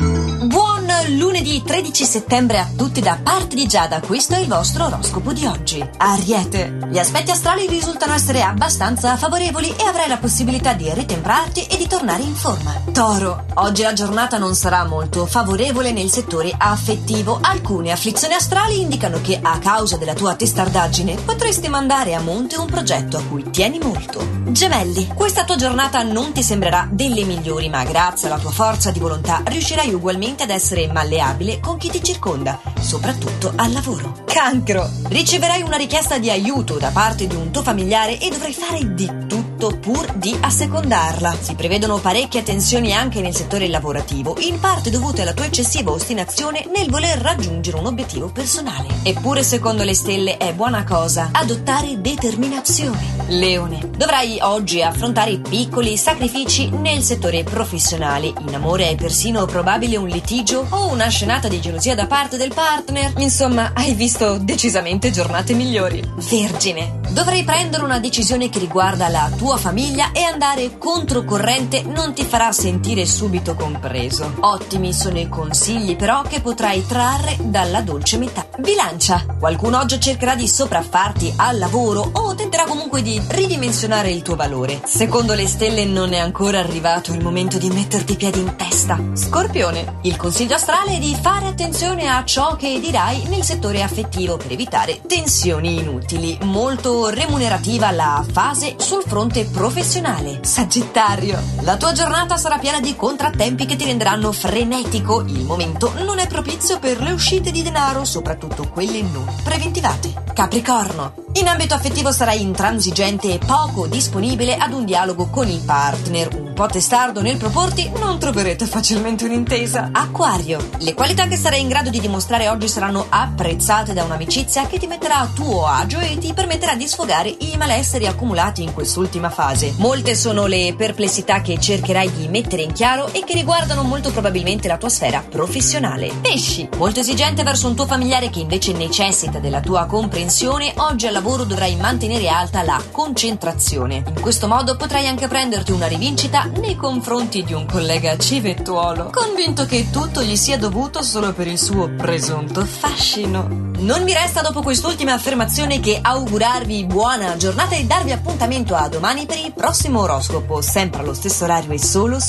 Buon lunedì 13 settembre a tutti da parte di Giada, questo è il vostro oroscopo di oggi. Ariete, gli aspetti astrali risultano essere abbastanza favorevoli e avrai la possibilità di ritemprarti e di tornare in forma. Toro, oggi la giornata non sarà molto favorevole nel settore affettivo. Alcune afflizioni astrali indicano che a causa della tua testardaggine potresti mandare a monte un progetto a cui tieni molto. Gemelli, questa tua giornata non ti sembrerà delle migliori, ma grazie alla tua forza di volontà riuscirai ugualmente ad essere malleabile con chi ti circonda, soprattutto al lavoro. Cancro, riceverai una richiesta di aiuto da parte di un tuo familiare e dovrai fare di tutto pur di assecondarla. Si prevedono parecchie tensioni anche nel settore lavorativo, in parte dovute alla tua eccessiva ostinazione nel voler raggiungere un obiettivo personale. Eppure, secondo le stelle, è buona cosa adottare determinazione. Leone, dovrai oggi affrontare piccoli sacrifici nel settore professionale. In amore è persino probabile un litigio o una scenata di gelosia da parte del partner. Insomma, hai visto decisamente giornate migliori. Vergine, dovrai prendere una decisione che riguarda la tua famiglia e andare controcorrente non ti farà sentire subito compreso. Ottimi sono i consigli però che potrai trarre dalla dolce metà. Bilancia, qualcuno oggi cercherà di sopraffarti al lavoro o tenterà comunque di ridimensionare il tuo valore. Secondo le stelle non è ancora arrivato il momento di metterti i piedi in testa. Scorpione, il consiglio astrale è di fare attenzione a ciò che dirai nel settore affettivo per evitare tensioni inutili. Molto remunerativa la fase sul fronte professionale. Sagittario, la tua giornata sarà piena di contrattempi che ti renderanno frenetico. Il momento non è propizio per le uscite di denaro, soprattutto quelle non preventivate. Capricorno, in ambito affettivo sarai intransigente e poco disponibile ad un dialogo con il partner. Un po' testardo nel proporti, non troverete facilmente un'intesa. Acquario, le qualità che sarai in grado di dimostrare oggi saranno apprezzate da un'amicizia che ti metterà a tuo agio e ti permetterà di sfogare i malesseri accumulati in quest'ultima fase. Molte sono le perplessità che cercherai di mettere in chiaro e che riguardano molto probabilmente la tua sfera professionale. Pesci, molto esigente verso un tuo familiare che invece necessita della tua comprensione, oggi al lavoro dovrai mantenere alta la concentrazione. In questo modo potrai anche prenderti una rivincita nei confronti di un collega civettuolo, convinto che tutto gli sia dovuto solo per il suo presunto fascino. Non mi resta dopo quest'ultima affermazione che augurarvi buona giornata e darvi appuntamento a domani per il prossimo oroscopo, sempre allo stesso orario e solo